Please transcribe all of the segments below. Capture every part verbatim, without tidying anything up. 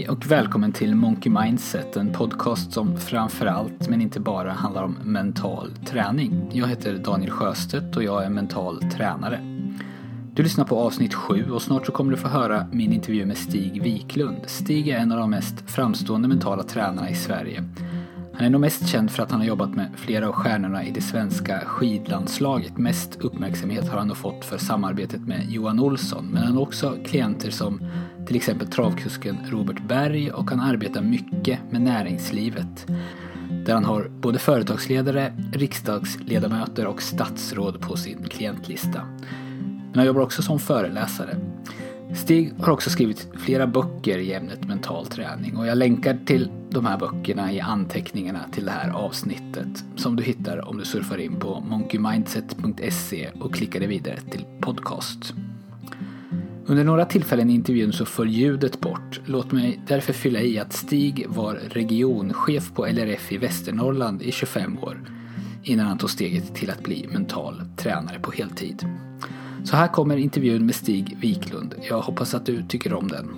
Hej och välkommen till Monkey Mindset, en podcast som framförallt men inte bara handlar om mental träning. Jag heter Daniel Sjöstedt och jag är mental tränare. Du lyssnar på avsnitt sju och snart så kommer du få höra min intervju med Stig Wiklund. Stig är en av de mest framstående mentala tränarna i Sverige. Han är nog mest känd för att han har jobbat med flera av stjärnorna i det svenska skidlandslaget. Mest uppmärksamhet har han nog fått för samarbetet med Johan Olsson. Men han har också klienter som till exempel travkusken Robert Berg, och han arbetar mycket med näringslivet. Där han har både företagsledare, riksdagsledamöter och statsråd på sin klientlista. Men han jobbar också som föreläsare. Stig har också skrivit flera böcker i ämnet mental träning och jag länkar till de här böckerna i anteckningarna till det här avsnittet som du hittar om du surfar in på monkey mindset punkt se och klickar dig vidare till podcast. Under några tillfällen i intervjun så föll ljudet bort. Låt mig därför fylla i att Stig var regionchef på L R F i Västernorrland i tjugofem år innan han tog steget till att bli mental tränare på heltid. Så här kommer intervjun med Stig Wiklund. Jag hoppas att du tycker om den.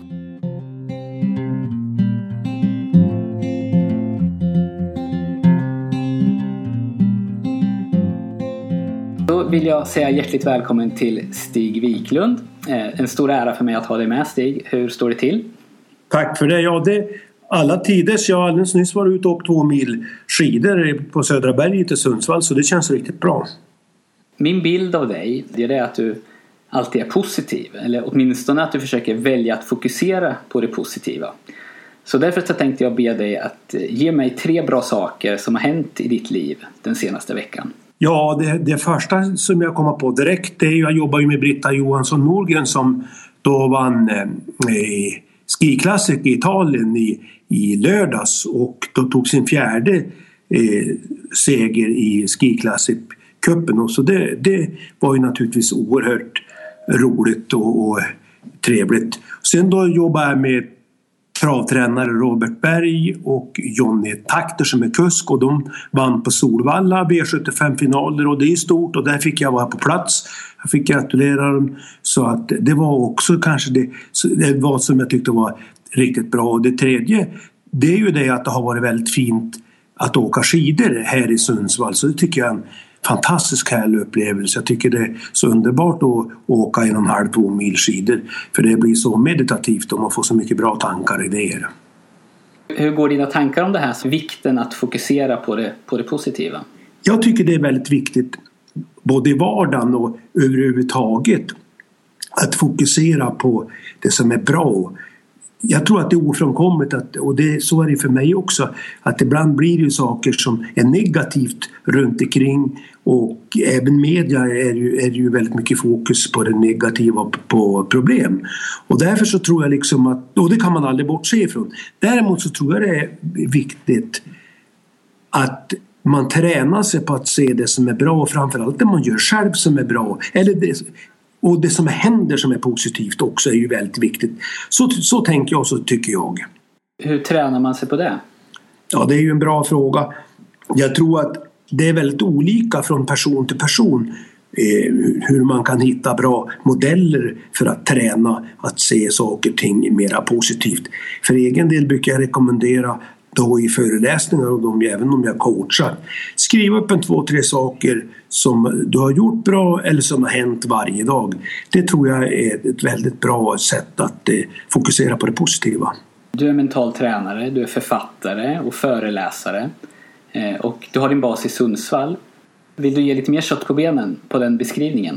Då vill jag säga hjärtligt välkommen till Stig Wiklund. En stor ära för mig att ha dig med, Stig. Hur står det till? Tack för det. Ja, det alla tiders. Jag har alldeles nyss varit ute och åkt två mil skidor på Södra berget i Sundsvall, så det känns riktigt bra. Min bild av dig är det att du alltid är positiv. Eller åtminstone att du försöker välja att fokusera på det positiva. Så därför så tänkte jag be dig att ge mig tre bra saker som har hänt i ditt liv den senaste veckan. Ja, det, det första som jag kommer på direkt, det är ju, jag jobbar ju med Britta Johansson Norgren som då vann eh, skiklassik i Italien i, i lördags och då tog sin fjärde eh, seger i skiklassik-cupen. Och så det, det var ju naturligtvis oerhört roligt och, och trevligt. Sen då jobbar jag med travtränare Robert Berg och Jonny Takter som är kusk, och de vann på Solvalla V sjuttiofem-finaler och det är stort, och där fick jag vara på plats. Jag fick gratulera dem, så att det var också kanske det, det var som jag tyckte var riktigt bra. Och det tredje, det är ju det att det har varit väldigt fint att åka skidor här i Sundsvall, så det tycker jag är en fantastisk härlig upplevelse. Jag tycker det är så underbart att åka en och en halv, två mil skidor, för det blir så meditativt och man får så mycket bra tankar och idéer. Hur går dina tankar om det här, så vikten att fokusera på det, på det positiva? Jag tycker det är väldigt viktigt både i vardagen och överhuvudtaget att fokusera på det som är bra. Jag tror att det är ofrånkomligt, att, och det, så är det för mig också, att ibland blir det ju saker som är negativt runt omkring, och även media är ju, är ju väldigt mycket fokus på det negativa, på problem. Och därför så tror jag liksom att, och det kan man aldrig bortse ifrån. Däremot så tror jag det är viktigt att man tränar sig på att se det som är bra, och framförallt det man gör själv som är bra. Eller det, och det som händer som är positivt också är ju väldigt viktigt. Så, så tänker jag och så tycker jag. Hur tränar man sig på det? Ja, det är ju en bra fråga. Jag tror att det är väldigt olika från person till person eh, hur man kan hitta bra modeller för att träna att se saker och ting mera positivt. För egen del brukar jag rekommendera då i föreläsningar och de, även om jag coachar, skriv upp en två, tre saker som du har gjort bra eller som har hänt varje dag. Det tror jag är ett väldigt bra sätt att eh, fokusera på det positiva. Du är mental tränare, du är författare och föreläsare eh, och du har din bas i Sundsvall. Vill du ge lite mer kött på benen på den beskrivningen?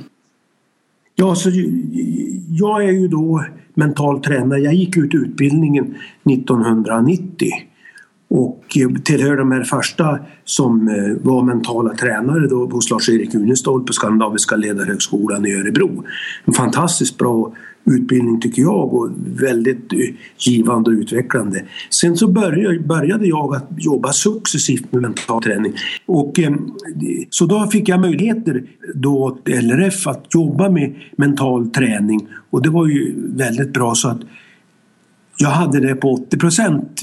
Ja, så jag är ju då mental tränare. Jag gick ut utbildningen nittonhundranittio. Och tillhör de här första som var mentala tränare då hos Lars-Erik Unestål på Skandinaviska ledarhögskolan i Örebro. En fantastiskt bra utbildning tycker jag, och väldigt givande och utvecklande. Sen så började jag att jobba successivt med mental träning. Och så då fick jag möjligheter då åt L R F att jobba med mental träning, och det var ju väldigt bra, så att jag hade det på åttio procent.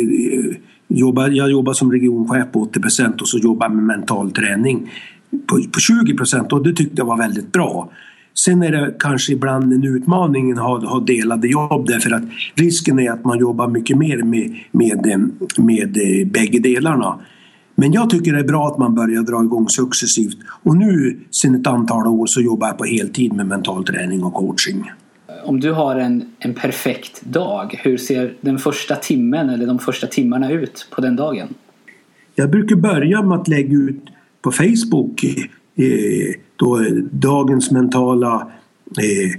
Jag jobbade som regionchef på åttio procent och så jobbade med mental träning på tjugo procent, och det tyckte jag var väldigt bra. Sen är det kanske ibland en utmaning att ha, ha delade jobb därför att risken är att man jobbar mycket mer med, med, med, med bägge delarna. Men jag tycker det är bra att man börjar dra igång successivt. Och nu sedan ett antal år så jobbar jag på heltid med mental träning och coaching. Om du har en, en perfekt dag, hur ser den första timmen eller de första timmarna ut på den dagen? Jag brukar börja med att lägga ut på Facebook eh, då, dagens mentala eh,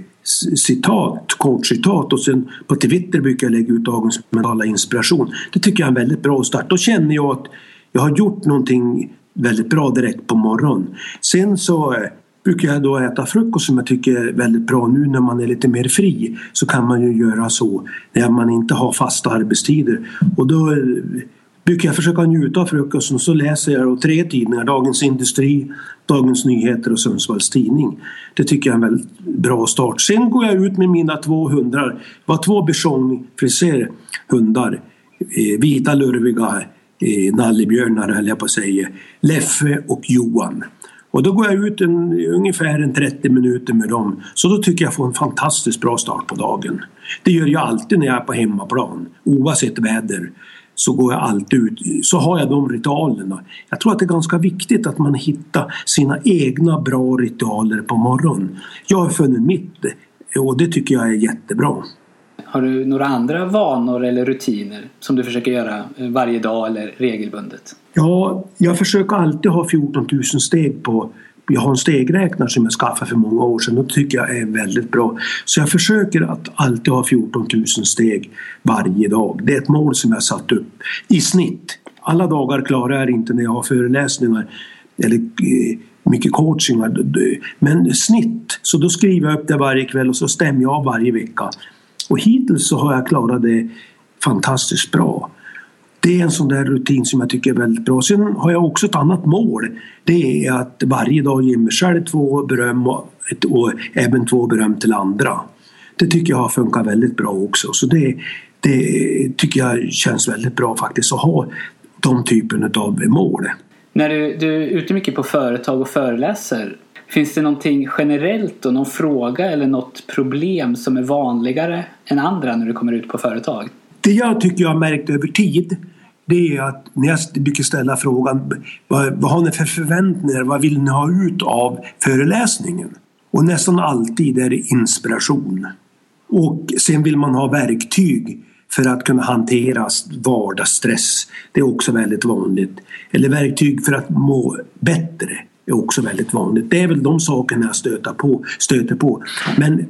citat, coach-citat, och sen på Twitter brukar jag lägga ut dagens mentala inspiration. Det tycker jag är en väldigt bra start. Då känner jag att jag har gjort någonting väldigt bra direkt på morgonen. Sen så eh, brukar jag då äta frukost som jag tycker är väldigt bra nu när man är lite mer fri. Så kan man ju göra så när man inte har fasta arbetstider. Och då eh, brukar jag försöka njuta av frukosten och så läser jag då tre tidningar. Dagens Industri, Dagens Nyheter och Sundsvalls Tidning. Det tycker jag är en väldigt bra start. Sen går jag ut med mina två hundar. Det var två Bichon-friser hundar. Eh, vita lurviga eh, nallebjörnar höll jag på att säga. Leffe och Johan. Och då går jag ut en, ungefär en trettio minuter med dem. Så då tycker jag får en fantastiskt bra start på dagen. Det gör jag alltid när jag är på hemmaplan. Oavsett väder. Så går jag alltid ut. Så har jag de ritualerna. Jag tror att det är ganska viktigt att man hittar sina egna bra ritualer på morgonen. Jag har funnit mitt och det tycker jag är jättebra. Har du några andra vanor eller rutiner som du försöker göra varje dag eller regelbundet? Ja, jag försöker alltid ha fjorton tusen steg på. Jag har en stegräknare som jag skaffade för många år sedan och tycker jag är väldigt bra. Så jag försöker att alltid ha fjorton tusen steg varje dag. Det är ett mål som jag satt upp i snitt. Alla dagar klarar jag inte när jag har föreläsningar eller eh, mycket coachingar. Men snitt, så då skriver jag upp det varje kväll och så stämmer jag av varje vecka. Och hittills så har jag klarat det fantastiskt bra. Det är en sån där rutin som jag tycker är väldigt bra. Sen har jag också ett annat mål. Det är att varje dag ge mig själv två beröm och, ett, och även två beröm till andra. Det tycker jag har funkat väldigt bra också. Så det, det tycker jag känns väldigt bra faktiskt att ha de typen av mål. När du, du är ute mycket på företag och föreläser, finns det någonting generellt och någon fråga eller något problem som är vanligare än andra när du kommer ut på företag? Det jag tycker jag har märkt över tid, det är att när jag brukar ställa frågan vad, vad har ni för förväntningar, vad vill ni ha ut av föreläsningen? Och nästan alltid är det inspiration. Och sen vill man ha verktyg för att kunna hantera vardagsstress. Det är också väldigt vanligt. Eller verktyg för att må bättre är också väldigt vanligt. Det är väl de sakerna jag stöter på. Stöter på. Men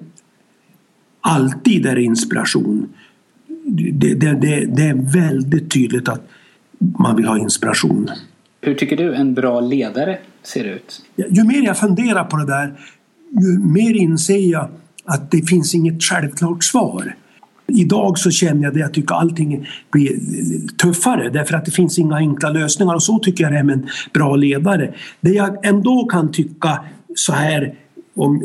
alltid är det inspiration. Det, det, det, det är väldigt tydligt att man vill ha inspiration. Hur tycker du en bra ledare ser ut? Ju mer jag funderar på det där, ju mer inser jag att det finns inget självklart svar. Idag så känner jag det, jag tycker allting blir tuffare därför att det finns inga enkla lösningar, och så tycker jag det är med en bra ledare. Det jag ändå kan tycka så här om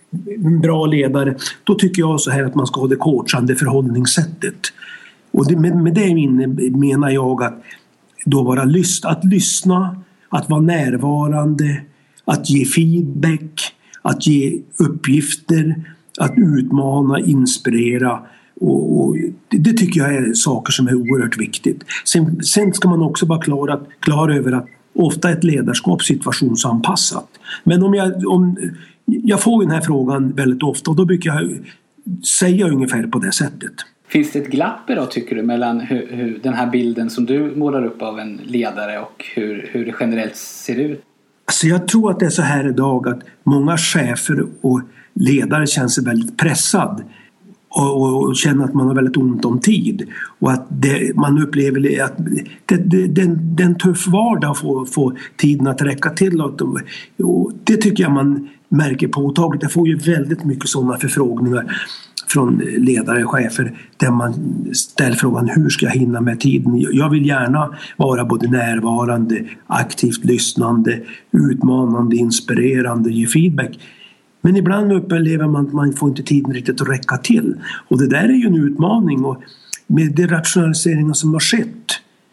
en bra ledare, då tycker jag så här att man ska ha det coachande förhållningssättet. Och det, med, med det menar jag att då vara lyst, att lyssna, att vara närvarande, att ge feedback, att ge uppgifter, att utmana, inspirera. Och, och det, det tycker jag är saker som är oerhört viktigt. Sen, sen ska man också vara klar, att, klar över att ofta ett ledarskap situationsanpassat. Men om jag, om, jag får den här frågan väldigt ofta och då brukar jag säga ungefär på det sättet. Finns det ett glapp idag tycker du mellan hur, hur den här bilden som du målar upp av en ledare och hur, hur det generellt ser ut? Alltså jag tror att det är så här idag att många chefer och ledare känner sig väldigt pressad och, och känner att man har väldigt ont om tid och att det, man upplever att det, det, det, det är en tuff vardag att få, få tiden att räcka till. Och, och det tycker jag man märker påtagligt. Jag får ju väldigt mycket sådana förfrågningar från ledare och chefer där man ställer frågan hur ska jag hinna med tiden. Jag vill gärna vara både närvarande, aktivt lyssnande, utmanande, inspirerande, ge feedback. Men ibland upplever man att man får inte tiden riktigt att räcka till. Och det där är ju en utmaning, och med de rationaliseringar som har skett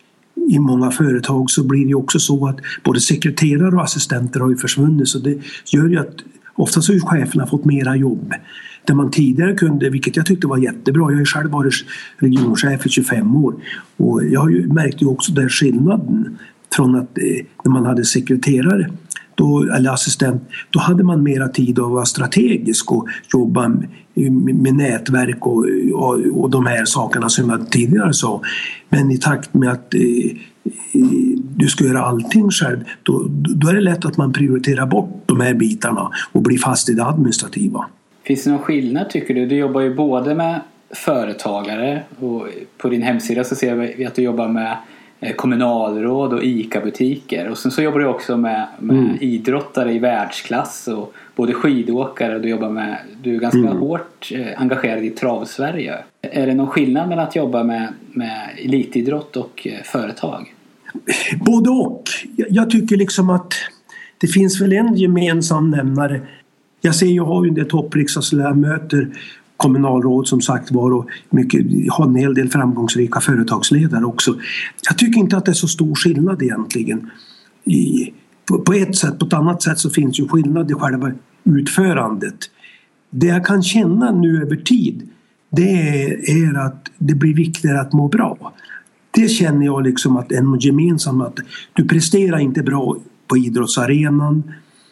i många företag så blir det också så att både sekreterare och assistenter har ju försvunnit, så det gör ju att Ofta så har ju cheferna fått mera jobb. Där man tidigare kunde, vilket jag tyckte var jättebra, jag har ju själv varit regionchef i tjugofem år och jag har ju märkt ju också där skillnaden från att eh, när man hade sekreterare då, eller assistent, då hade man mera tid att vara strategisk och jobba med, med nätverk och, och, och de här sakerna som jag tidigare sa. Men i takt med att eh, du ska göra allting själv, då, då är det lätt att man prioriterar bort de här bitarna och blir fast i det administrativa. Finns det någon skillnad tycker du? Du jobbar ju både med företagare och på din hemsida så ser vi att du jobbar med kommunalråd och ICA-butiker och sen så jobbar du också med, med mm. idrottare i världsklass och både skidåkare och du jobbar med, du är ganska mm. hårt engagerad i Trav-Sverige. Är det någon skillnad mellan att jobba med, med elitidrott och företag? Både och. Jag tycker liksom att det finns väl en gemensam nämnare. Jag ser jag har ju en del toppriksdagsledamöter, kommunalråd som sagt var och mycket, har en hel del framgångsrika företagsledare också. Jag tycker inte att det är så stor skillnad egentligen. I, på, på ett sätt, på ett annat sätt så finns ju skillnad i själva utförandet. Det jag kan känna nu över tid det är att det blir viktigare att må bra. Det känner jag liksom att en gemensam att du presterar inte bra på idrottsarenan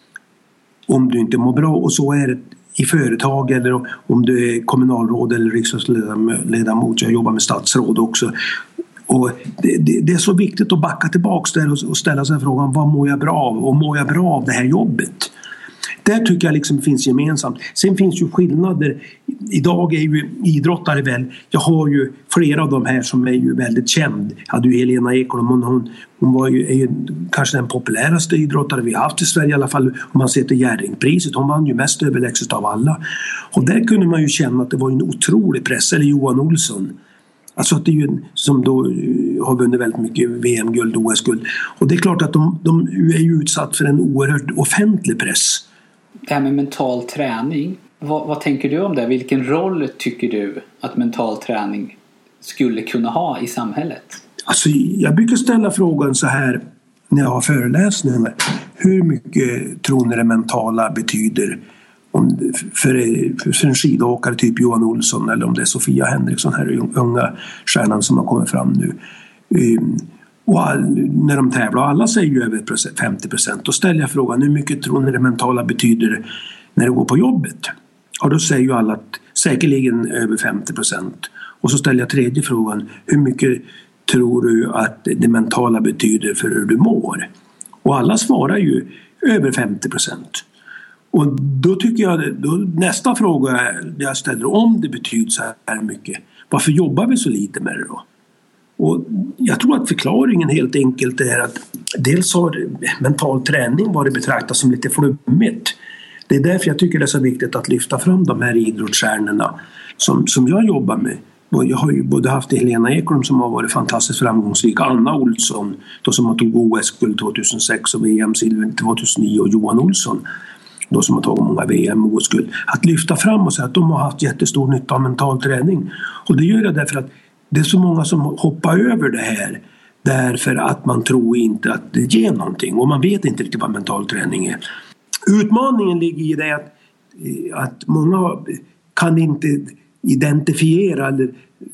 om du inte mår bra och så är det i företag eller om du är kommunalråd eller riksdagsledamot. Jag jobbar med statsråd också. Och det, det, det är så viktigt att backa tillbaka där och, och ställa sig frågan vad mår jag bra av och mår jag bra av det här jobbet? Där tycker jag liksom finns gemensamt. Sen finns ju skillnader. Idag är ju idrottare väl, jag har ju flera av de här som är ju väldigt känd. Jag hade ju Helena Ekholm, hon, hon var ju, är ju kanske den populäraste idrottare vi har haft i Sverige i alla fall. Om man ser till Jerringpriset, hon vann ju mest överlägset av alla. Och där kunde man ju känna att det var en otrolig press, eller Johan Olsson. Alltså att det är ju som då har vunnit väldigt mycket V M-guld och O S-guld. Och det är klart att de, de är ju utsatt för en oerhört offentlig press. Det här med mental träning, vad, vad tänker du om det? Vilken roll tycker du att mental träning skulle kunna ha i samhället? Alltså, jag brukar ställa frågan så här när jag har föreläsningar. Hur mycket tror ni det mentala betyder om, för, för en skidåkare typ Johan Olsson eller om det är Sofia Henriksson här, unga stjärnan som har kommit fram nu. Um, Och all, när de tävlar, alla säger ju över femtio procent. Då ställer jag frågan, hur mycket tror ni det mentala betyder när du går på jobbet? Och då säger ju alla att säkerligen över femtio procent. Och så ställer jag tredje frågan, hur mycket tror du att det mentala betyder för hur du mår? Och alla svarar ju över femtio procent. Och då tycker jag, då, nästa fråga jag ställer, om det betyder så här mycket, varför jobbar vi så lite med det då? Och jag tror att förklaringen helt enkelt är att dels har mental träning varit betraktat som lite flummigt. Det är därför jag tycker det är så viktigt att lyfta fram de här idrottsstjärnorna som, som jag jobbar med. Jag har ju både haft Helena Ekholm som har varit fantastiskt framgångsrik, Anna Olsson då som har tagit O S-guld tjugohundrasex och V M-silver tjugohundranio och Johan Olsson då som har tagit många V M och O S-guld. Att lyfta fram och säga att de har haft jättestor nytta av mental träning. Och det gör jag därför att det är så många som hoppar över det här därför att man tror inte att det ger någonting och man vet inte riktigt vad mental träning är. Utmaningen ligger i det att, att många kan inte identifiera eller,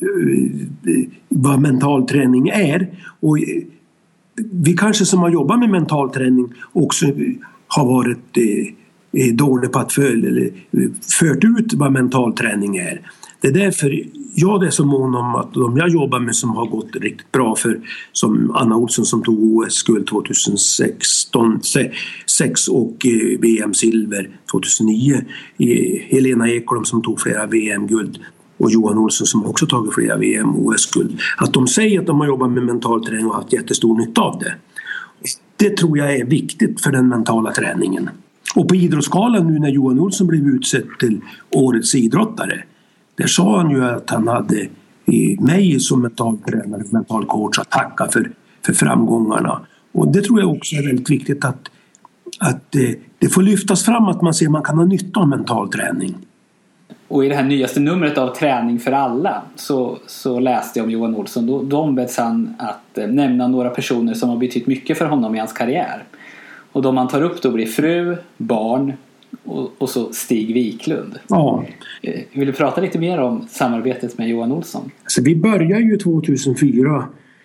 vad mental träning är. Och vi kanske som har jobbat med mental träning också har varit eh, dåliga på att för, eller, fört ut vad mental träning är. Det är därför jag är så mån om att de jag jobbar med som har gått riktigt bra för, som Anna Olsson som tog O S-guld tjugohundrasexton sex och V M-silver tjugohundranio, Helena Ekholm som tog flera V M-guld och Johan Olsson som också tagit flera V M och O S-guld. Att de säger att de har jobbat med mental träning och haft jättestor nytta av det. Det tror jag är viktigt för den mentala träningen. Och på idrottsskalan nu när Johan Olsson blev utsedd till årets idrottare, där sa han ju att han hade mig som mental tränare, mental coach att tacka för, för framgångarna. Och det tror jag också är väldigt viktigt att, att det får lyftas fram att man ser att man kan ha nytta av mental träning. Och i det här nyaste numret av Träning för alla så, så läste jag om Johan Olsson. Då, då ombeds han att eh, nämna några personer som har betytt mycket för honom i hans karriär. Och de han tar upp då blir fru, barn, och, och så Stig Wiklund. Ja. Vill du prata lite mer om samarbetet med Johan Olsson? Alltså, vi började ju tjugohundrafyra,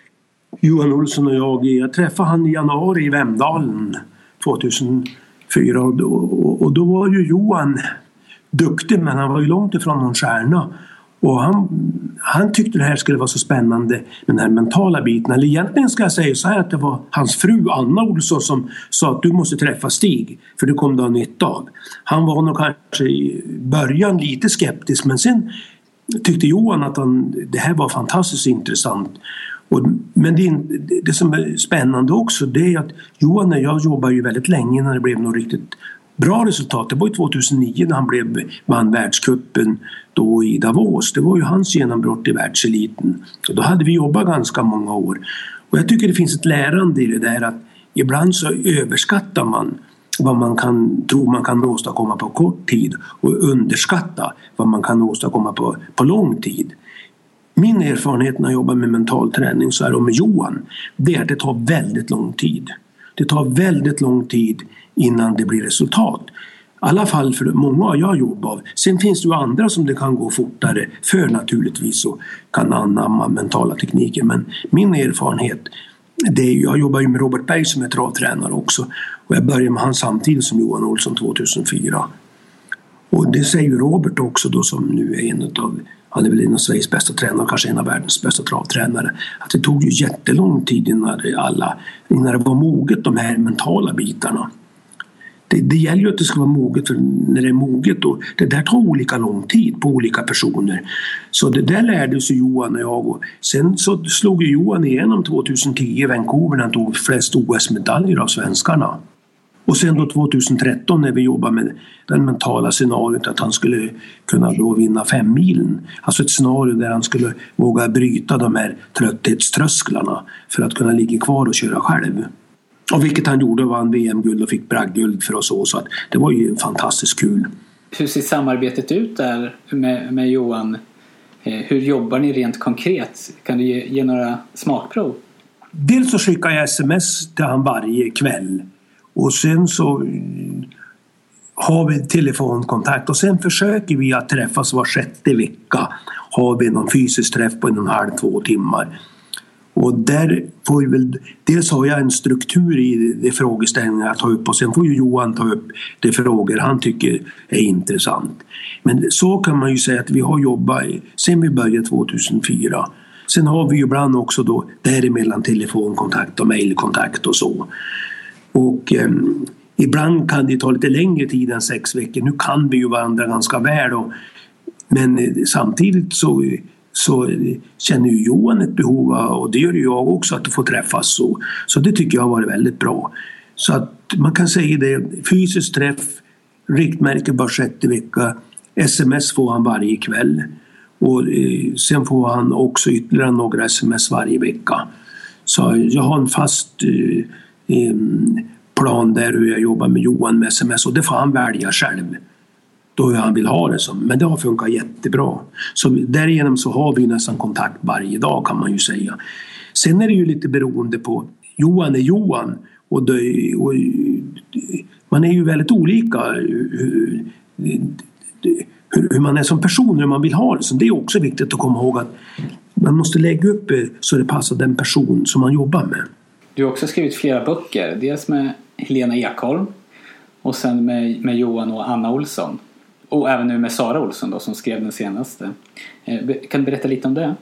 Johan Olsson och jag. Jag träffade han i januari i Vemdalen tjugohundrafyra och då, och då var ju Johan duktig, men han var ju långt ifrån någon stjärna. Och han, han tyckte det här skulle vara så spännande, den här mentala biten. Eller egentligen ska jag säga så här att det var hans fru Anna Olsson som sa att du måste träffa Stig, för det kom du ha nytta av. Han var nog kanske i början lite skeptisk, men sen tyckte Johan att han, det här var fantastiskt intressant. Och, men det, det som är spännande också, det är att Johan och jag jobbar ju väldigt länge när det blev något riktigt bra resultat. Det var ju tjugohundranio när han blev vann världscupen då i Davos. Det var ju hans genombrott i världseliten. Och då hade vi jobbat ganska många år. Och jag tycker det finns ett lärande i det där att ibland så överskattar man vad man kan tro man kan åstadkomma på kort tid och underskatta vad man kan åstadkomma på, på lång tid. Min erfarenhet när jag jobbar med mental träning så är och med Johan, det är att det tar väldigt lång tid. Det tar väldigt lång tid innan det blir resultat. I alla fall för många jag jobbar av. Sen finns det ju andra som det kan gå fortare för naturligtvis och kan anamma mentala tekniker. Men min erfarenhet, det är, jag jobbar ju med Robert Berg som är travtränare också. Och jag började med han samtidigt som Johan Olsson tjugohundrafyra. Och det säger ju Robert också då, som nu är en av, han är väl en av Sveriges bästa tränare, kanske en av världens bästa travtränare. Att det tog ju jättelång tid innan det, alla, innan det var moget, de här mentala bitarna. Det, det gäller ju att det ska vara moget, för när det är moget då, det där tar olika lång tid på olika personer. Så det där lärde sig Johan och jag. Och sen så slog ju Johan igenom tjugohundratio i Vancouver när han tog flest O S-medaljer av svenskarna. Och sen då tjugotretton när vi jobbade med den mentala scenariot att han skulle kunna då vinna fem milen. Alltså ett scenario där han skulle våga bryta de här trötthetströsklarna för att kunna ligga kvar och köra själv. Och vilket han gjorde, vann V M-guld och fick bragdguld för oss så, så att det var ju fantastiskt kul. Hur ser samarbetet ut där med, med Johan? Hur jobbar ni rent konkret? Kan du ge, ge några smakprov? Dels så skickar jag sms till han varje kväll. Och sen så har vi telefonkontakt och sen försöker vi att träffas var sjätte vecka. Har vi någon fysisk träff på en och en halv, två timmar. Och där får vi väl, dels har jag en struktur i de frågeställningar jag tar upp och sen får ju Johan ta upp de frågor han tycker är intressant. Men så kan man ju säga att vi har jobbat sen vi började tjugohundrafyra. Sen har vi ju ibland också då däremellan telefonkontakt och mejlkontakt och så. Och eh, ibland kan det ta lite längre tid än sex veckor. Nu kan vi ju varandra ganska väl. Och, men eh, samtidigt så, så eh, känner ju Johan ett behov av, och det gör ju jag också, att få träffas. Så, så det tycker jag har varit väldigt bra. Så att man kan säga det, fysisk träff, riktmärke var sjätte vecka, sms får han varje kväll. Och eh, sen får han också ytterligare några sms varje vecka. Så jag har en fast eh, plan där hur jag jobbar med Johan med sms, och det får han välja själv då hur han vill ha det som. Men det har funkat jättebra. Så därigenom så har vi nästan kontakt varje dag, kan man ju säga. Sen är det ju lite beroende på, Johan är Johan och, det, och man är ju väldigt olika hur, hur, hur man är som person, hur man vill ha det. Så det är också viktigt att komma ihåg att man måste lägga upp så det passar den person som man jobbar med. Du har också skrivit flera böcker, dels med Helena Ekholm och sen med, med Johan och Anna Olsson. Och även nu med Sara Olsson då, som skrev den senaste. Kan du berätta lite om det?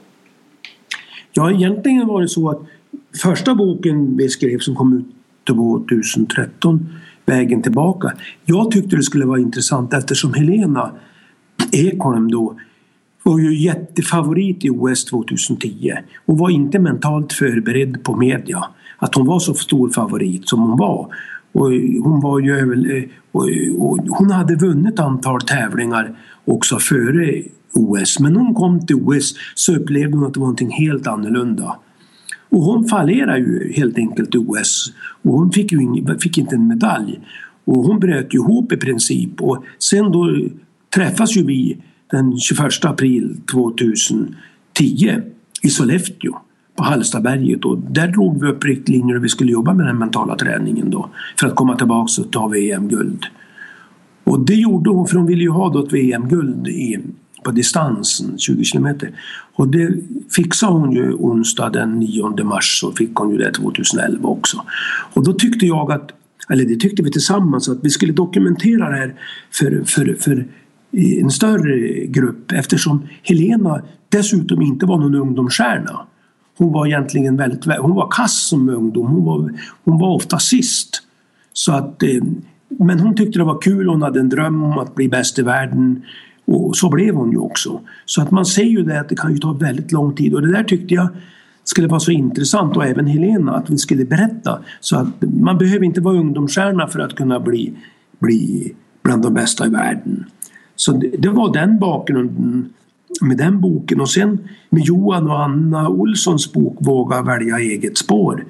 Ja, egentligen var det så att första boken vi skrev som kom ut tjugotretton, Vägen tillbaka. Jag tyckte det skulle vara intressant eftersom Helena Ekholm då var ju jättefavorit i O S tjugohundratio och var inte mentalt förberedd på media. Att hon var så stor favorit som hon var. Och hon var ju och, och hon hade vunnit antal tävlingar också före O S. Men när hon kom till O S så upplevde hon att det var någonting helt annorlunda. Och hon fallerade ju helt enkelt i O S. Och hon fick ju ing, fick inte en medalj. Och hon bröt ju ihop i princip. Och sen då träffas ju vi den tjugoförsta april tjugohundratio i Sollefteå på Hallstaberget, och där drog vi upp riktlinjer hur vi skulle jobba med den mentala träningen då för att komma tillbaka och ta V M-guld. Och det gjorde hon, för hon ville ju ha då ett V M-guld i, på distansen, tjugo kilometer. Och det fixade hon ju onsdag den nionde mars, så fick hon ju det tjugoelva också. Och då tyckte jag att, eller det tyckte vi tillsammans, att vi skulle dokumentera det här för, för, för en större grupp, eftersom Helena dessutom inte var någon ungdomsstjärna. Hon var egentligen väldigt, hon var kass som ungdom, hon var, hon var ofta sist. Så att, men hon tyckte det var kul, hon hade en dröm om att bli bäst i världen, och så blev hon ju också. Så att man ser ju det, att det kan ju ta väldigt lång tid, och det där tyckte jag skulle vara så intressant, och även Helena, att vi skulle berätta. Så att man behöver inte vara ungdomsstjärna för att kunna bli, bli bland de bästa i världen. Så det, det var den bakgrunden med den boken. Och sen med Johan och Anna Olssons bok Våga välja eget spår,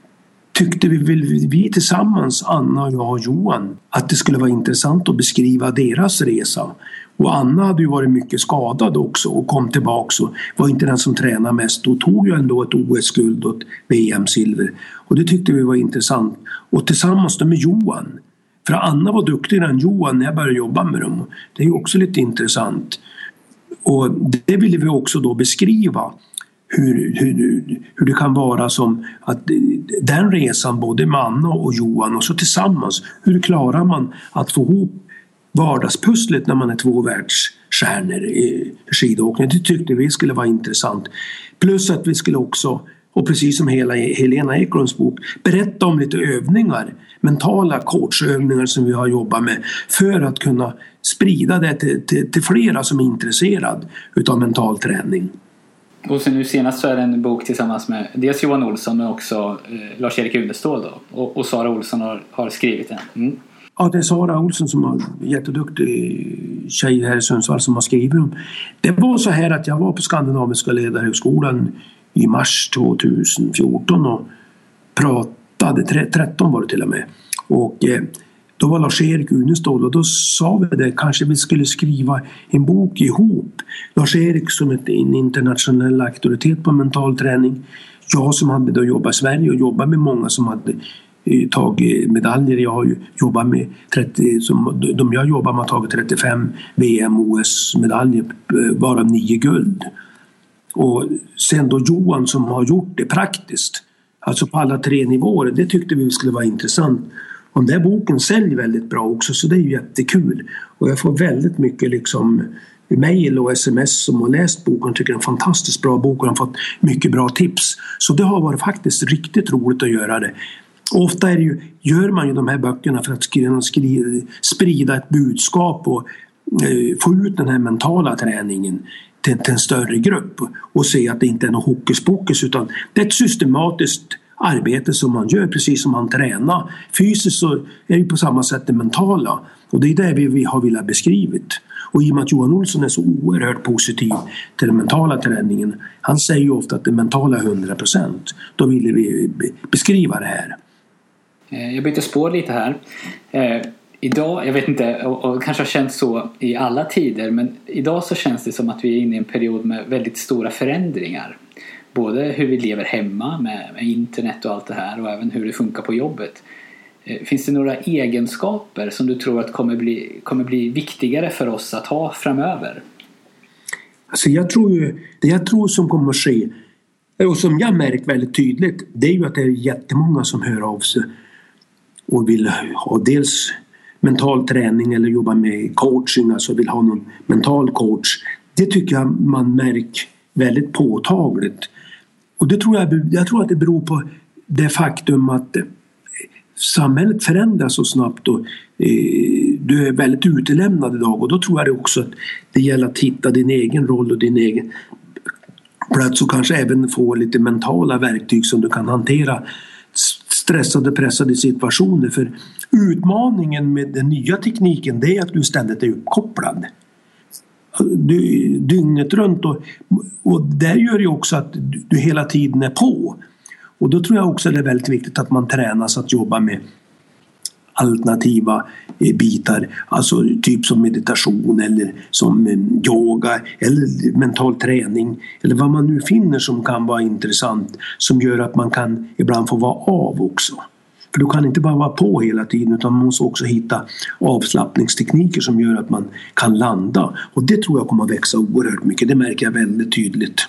tyckte vi, vi, vi tillsammans, Anna, jag och Johan, att det skulle vara intressant att beskriva deras resa. Och Anna hade ju varit mycket skadad också och kom tillbaka och var inte den som tränade mest, och tog ju ändå ett O S-guld och ett V M-silver. Och det tyckte vi var intressant. Och tillsammans med Johan, för Anna var duktigare än Johan när jag började jobba med dem. Det är ju också lite intressant. Och det ville vi också då beskriva. Hur, hur, hur det kan vara som att den resan, både med Anna och Johan och så tillsammans, hur klarar man att få ihop vardagspusslet när man är två världsstjärnor i skidåkning. Det tyckte vi skulle vara intressant. Plus att vi skulle också, och precis som hela Helena Eklunds bok, berätta om lite övningar, mentala coachövningar som vi har jobbat med, för att kunna sprida det till, till, till flera som är intresserade utav mental träning. Och sen nu senast så är det en bok tillsammans med dels Johan Olsson men också eh, Lars-Erik Unestål då. Och, och Sara Olsson har, har skrivit den. Mm. Ja, det är Sara Olsson som har jätteduktig tjej här i Sundsvall som har skrivit dem. Det var så här att jag var på Skandinaviska ledarhögskolan i mars tjugohundrafjorton och pratade, tretton var det till och med. Och eh, då var Lars-Erik Unestål, och då sa vi det, kanske vi skulle skriva en bok ihop. Lars-Erik som är en internationell auktoritet på mental träning. Jag som hade då jobbat i Sverige och jobbat med många som hade eh, tagit medaljer. Jag har ju jobbat med trettio, som, de jag jobbar med har tagit trettiofem V M O S-medaljer, bara nio guld. Och sen då Johan som har gjort det praktiskt, alltså på alla tre nivåer. Det tyckte vi skulle vara intressant. Och den där boken säljer väldigt bra också, så det är ju jättekul. Och jag får väldigt mycket liksom mejl och sms som har läst boken, tycker det är en fantastiskt bra bok och har fått mycket bra tips. Så det har varit faktiskt riktigt roligt att göra det. Och ofta är det ju, gör man ju de här böckerna för att skriva, skriva, sprida ett budskap och eh, få ut den här mentala träningen till, till en större grupp. Och se att det inte är något hokus pokus, utan det är ett systematiskt arbete som man gör, precis som man tränar. Fysiskt så är det på samma sätt det mentala. Och det är det vi, vi har velat beskrivit. Och i och med att Johan Olsson är så oerhört positiv till den mentala träningen, han säger ju ofta att det mentala är hundra procent. Då ville vi beskriva det här. Jag byter spår lite här. Eh, idag, jag vet inte, och, och kanske har känts så i alla tider, men idag så känns det som att vi är inne i en period med väldigt stora förändringar. Både hur vi lever hemma med, med internet och allt det här, och även hur det funkar på jobbet. Eh, finns det några egenskaper som du tror att kommer bli, kommer bli viktigare för oss att ha framöver? Alltså jag tror ju, det jag tror som kommer att ske, och som jag märkt väldigt tydligt, det är ju att det är jättemånga som hör av sig och vill ha dels mental träning eller jobba med coaching, alltså vill ha någon mental coach. Det tycker jag man märker väldigt påtagligt. Och det tror jag, jag tror att det beror på det faktum att samhället förändras så snabbt och eh, du är väldigt utelämnad idag, och då tror jag det också att det gäller att hitta din egen roll och din egen plats, och kanske även få lite mentala verktyg som du kan hantera stressade, pressade situationer. För utmaningen med den nya tekniken, det är att du ständigt är uppkopplad du, dygnet runt, och, och det gör ju också att du, du hela tiden är på. Och då tror jag också det är väldigt viktigt att man tränas att jobba med alternativa bitar, alltså typ som meditation eller som yoga eller mental träning eller vad man nu finner som kan vara intressant, som gör att man kan ibland få vara av också. För du kan inte bara vara på hela tiden utan man måste också hitta avslappningstekniker som gör att man kan landa. Och det tror jag kommer att växa oerhört mycket. Det märker jag väldigt tydligt.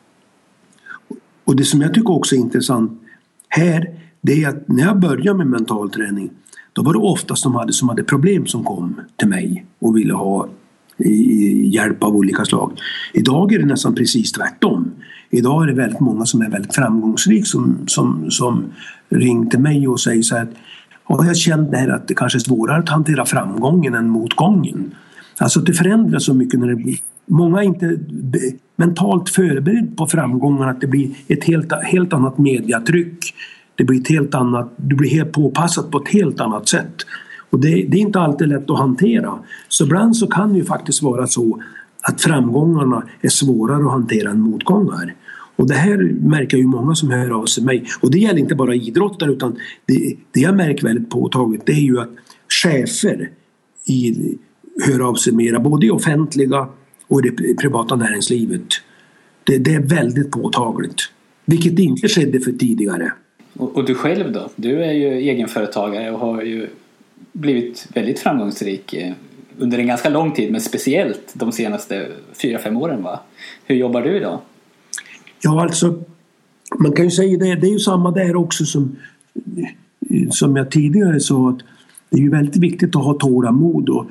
Och det som jag tycker också är intressant här, det är att när jag började med mental träning, då var det oftast de hade som hade problem som kom till mig och ville ha hjälp av olika slag. Idag är det nästan precis tvärtom. Idag är det väldigt många som är väldigt framgångsrika som, som, som ringer till mig och säger så här att ja, jag kände här att det kanske är svårare att hantera framgången än motgången. Alltså det förändras så mycket när det blir. Många är inte mentalt förberedd på framgången, att det blir ett helt, helt annat mediatryck. Det blir ett helt annat, du blir helt påpassat på ett helt annat sätt. Och det, det är inte alltid lätt att hantera. Så ibland så kan det ju faktiskt vara så att framgångarna är svårare att hantera än motgångar. Och det här märker ju många som hör av sig mig. Och det gäller inte bara idrottare, utan det, det jag märker väldigt påtagligt, det är ju att chefer i, hör av sig mera, både i offentliga och i det privata näringslivet. Det, det är väldigt påtagligt. Vilket inte skedde för tidigare. Och, och du själv då? Du är ju egenföretagare och har ju blivit väldigt framgångsrik under en ganska lång tid, men speciellt de senaste fyra, fem åren, va? Hur jobbar du idag? Ja, alltså man kan ju säga det, det är ju samma där också som, som jag tidigare sa, att det är ju väldigt viktigt att ha tålamod och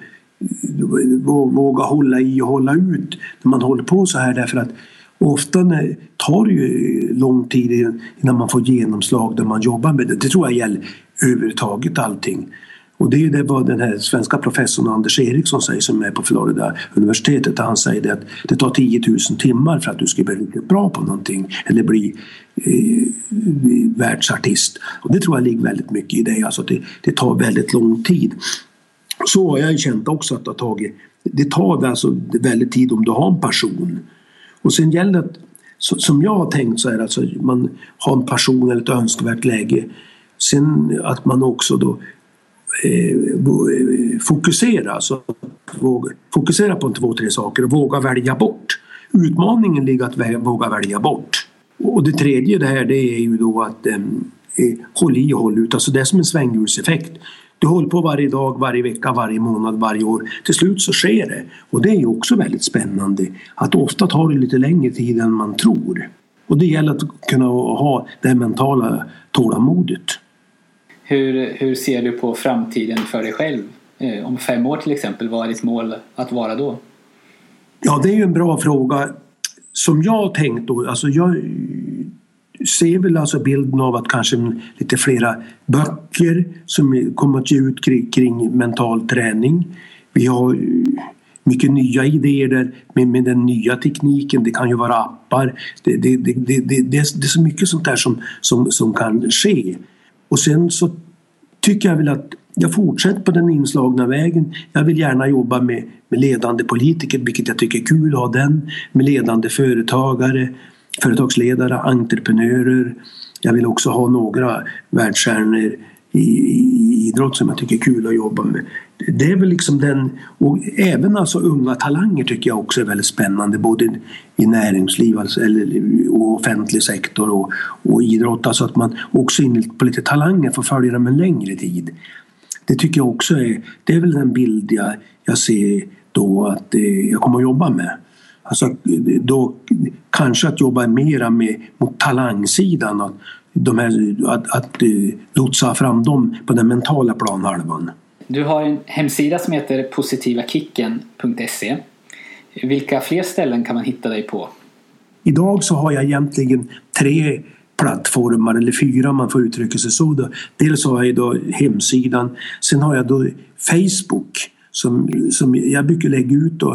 våga hålla i och hålla ut när man håller på så här, därför att ofta tar det ju lång tid innan man får genomslag där man jobbar med det. Det tror jag gäller överhuvudtaget allting. Och det är ju det vad den här svenska professorn Anders Eriksson säger, som är på Florida universitetet. Han säger det att det tar tio tusen timmar för att du ska bli riktigt bra på någonting eller bli eh, världsartist. Och det tror jag ligger väldigt mycket i det. Alltså det, det tar väldigt lång tid. Så har jag känt också att det har tagit, det tar alltså väldigt tid om du har en passion. Och sen gäller det att, som jag har tänkt så är det alltså man har en passion eller ett önskvärt läge. Sen att man också då eh, fokuserar, alltså våga, fokusera på en två, tre saker och våga välja bort. Utmaningen ligger att vä- våga välja bort. Och det tredje det här, det är ju då att eh, håll i och håll ut. Alltså det är som en svänghjulseffekt. Du håller på varje dag, varje vecka, varje månad, varje år. Till slut så sker det. Och det är ju också väldigt spännande. Att ofta tar det lite längre tid än man tror. Och det gäller att kunna ha det mentala tålamodet. Hur, hur ser du på framtiden för dig själv? Eh, om fem år till exempel, vad är ditt mål att vara då? Ja, det är ju en bra fråga. Som jag har tänkt då, alltså jag ser väl alltså bilden av att kanske lite flera böcker som kommer att ge ut kring, kring mental träning. Vi har mycket nya idéer där med, med den nya tekniken. Det kan ju vara appar. Det, det, det, det, det, det är så mycket sånt där som, som, som kan ske. Och sen så tycker jag väl att jag fortsätter på den inslagna vägen. Jag vill gärna jobba med, med ledande politiker, vilket jag tycker är kul att ha den. Med ledande företagare, företagsledare, entreprenörer. Jag vill också ha några världsstjärnor i, i idrott som jag tycker är kul att jobba med. Det är väl liksom den, och även alltså unga talanger tycker jag också är väldigt spännande, både i näringsliv alltså, eller, och offentlig sektor och, och idrott. Alltså att man också in på lite talanger får följa dem en längre tid. Det tycker jag också är, det är väl den bild jag, jag ser då att eh, jag kommer att jobba med. Alltså då kanske att jobba mera med mot talangsidan, att, de här, att, att uh, lotsa fram dem på den mentala planhalvan. Du har en hemsida som heter positivakicken punkt se. Vilka fler ställen kan man hitta dig på? Idag så har jag egentligen tre plattformar, eller fyra man får uttrycka sig så. Då. Dels har jag då hemsidan, sen har jag då Facebook som, som jag brukar lägga ut då,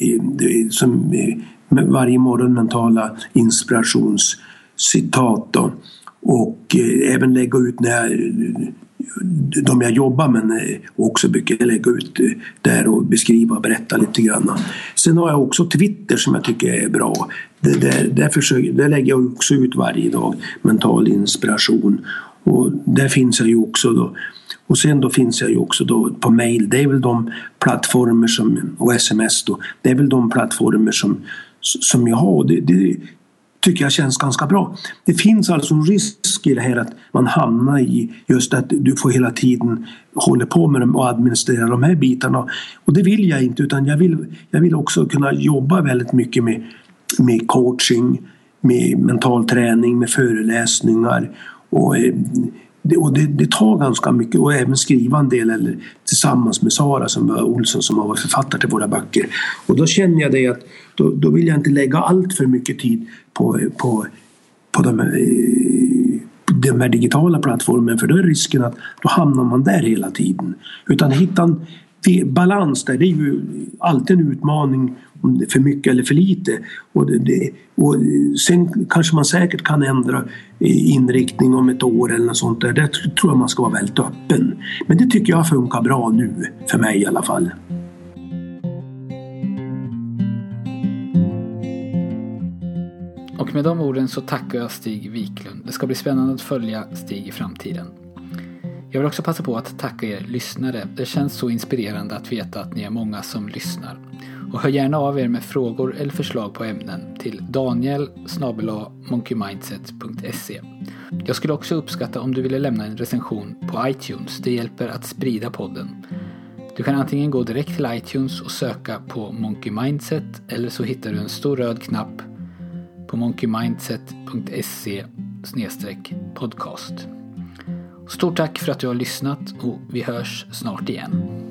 som varje morgon mentala inspirationscitat då. Och även lägga ut när jag, de jag jobbar med också brukar lägga ut där och beskriva och berätta lite grann. Sen har jag också Twitter som jag tycker är bra. Det, där, där, försöker, där lägger jag också ut varje dag mental inspiration. Och där finns jag ju också då. Och sen då finns jag ju också då på mail. Det är väl de plattformar som, och sms då. Det är väl de plattformar som, som jag har. Det, det, tycker jag känns ganska bra. Det finns alltså en risk i det här att man hamnar i just att du får hela tiden hålla på med dem och administrera de här bitarna. Och det vill jag inte, utan jag vill, jag vill också kunna jobba väldigt mycket med, med coaching, med mental träning, med föreläsningar och Det, och det, det tar ganska mycket, och även skriva en del eller tillsammans med Sara som var Olsson som har varit författare till våra böcker. Och då känner jag det att då, då vill jag inte lägga allt för mycket tid på, på, på de, här, de här digitala plattformen, för då är risken att då hamnar man där hela tiden. Utan hitta en balans där, det är ju alltid en utmaning om det är för mycket eller för lite. Och, det, det, och sen kanske man säkert kan ändra inriktning om ett år eller något sånt där. Där tror jag man ska vara väldigt öppen. Men det tycker jag funkar bra nu, för mig i alla fall. Och med de orden så tackar jag Stig Wiklund. Det ska bli spännande att följa Stig i framtiden. Jag vill också passa på att tacka er lyssnare. Det känns så inspirerande att veta att ni är många som lyssnar. Och hör gärna av er med frågor eller förslag på ämnen till daniel snabel-a monkeymindset punkt se. Jag skulle också uppskatta om du ville lämna en recension på iTunes. Det hjälper att sprida podden. Du kan antingen gå direkt till iTunes och söka på Monkey Mindset, eller så hittar du en stor röd knapp på monkeymindset punkt se snedstreck podcast. Stort tack för att du har lyssnat, och vi hörs snart igen.